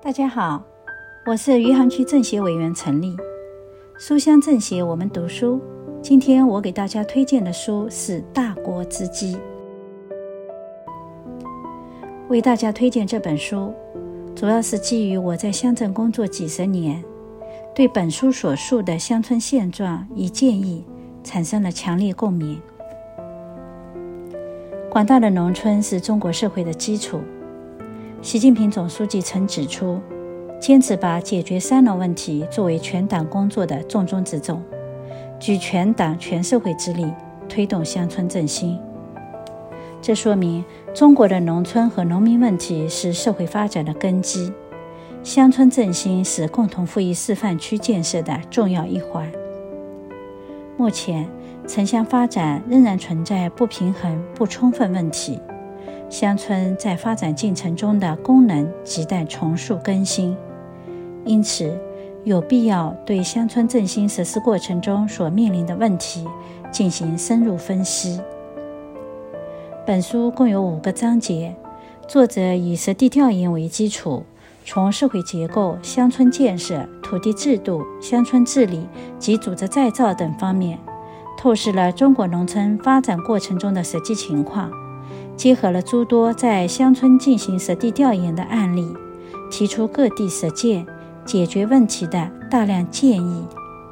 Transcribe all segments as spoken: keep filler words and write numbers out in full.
大家好，我是余杭区政协委员陈丽。书香政协我们读书，今天我给大家推荐的书是《大国之基》。为大家推荐这本书，主要是基于我在乡镇工作几十年，对本书所述的乡村现状与建议产生了强烈共鸣。广大的农村是中国社会的基础。习近平总书记曾指出，坚持把解决三农问题作为全党工作的重中之重，举全党全社会之力推动乡村振兴。这说明中国的农村和农民问题是社会发展的根基，乡村振兴是共同富裕示范区建设的重要一环。目前城乡发展仍然存在不平衡、不充分问题，乡村在发展进程中的功能亟待重塑更新，因此有必要对乡村振兴实施过程中所面临的问题进行深入分析。本书共有五个章节，作者以实地调研为基础，从社会结构、乡村建设、土地制度、乡村治理及组织再造等方面，透视了中国农村发展过程中的实际情况，结合了诸多在乡村进行实地调研的案例，提出各地实践解决问题的大量建议。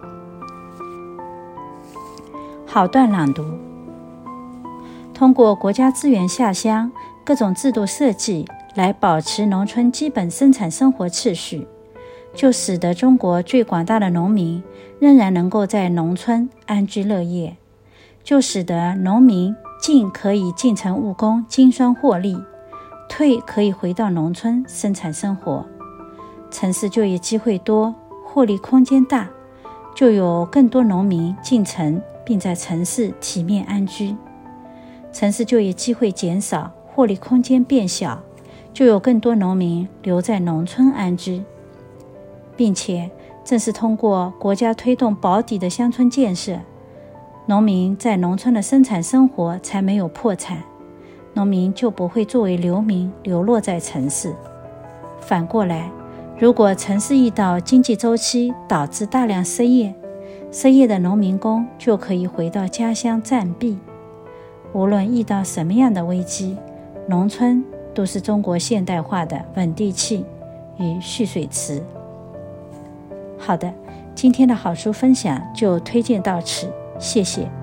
好段朗读。通过国家资源下乡、各种制度设计来保持农村基本生产生活秩序，就使得中国最广大的农民仍然能够在农村安居乐业，就使得农民进可以进城务工经商获利，退可以回到农村生产生活。城市就业机会多，获利空间大，就有更多农民进城并在城市体面安居。城市就业机会减少，获利空间变小，就有更多农民留在农村安居。并且正是通过国家推动保底的乡村建设，农民在农村的生产生活才没有破产，农民就不会作为流民流落在城市。反过来，如果城市遇到经济周期导致大量失业，失业的农民工就可以回到家乡暂避。无论遇到什么样的危机，农村都是中国现代化的稳定器与蓄水池。好的，今天的好书分享就推荐到此，谢谢。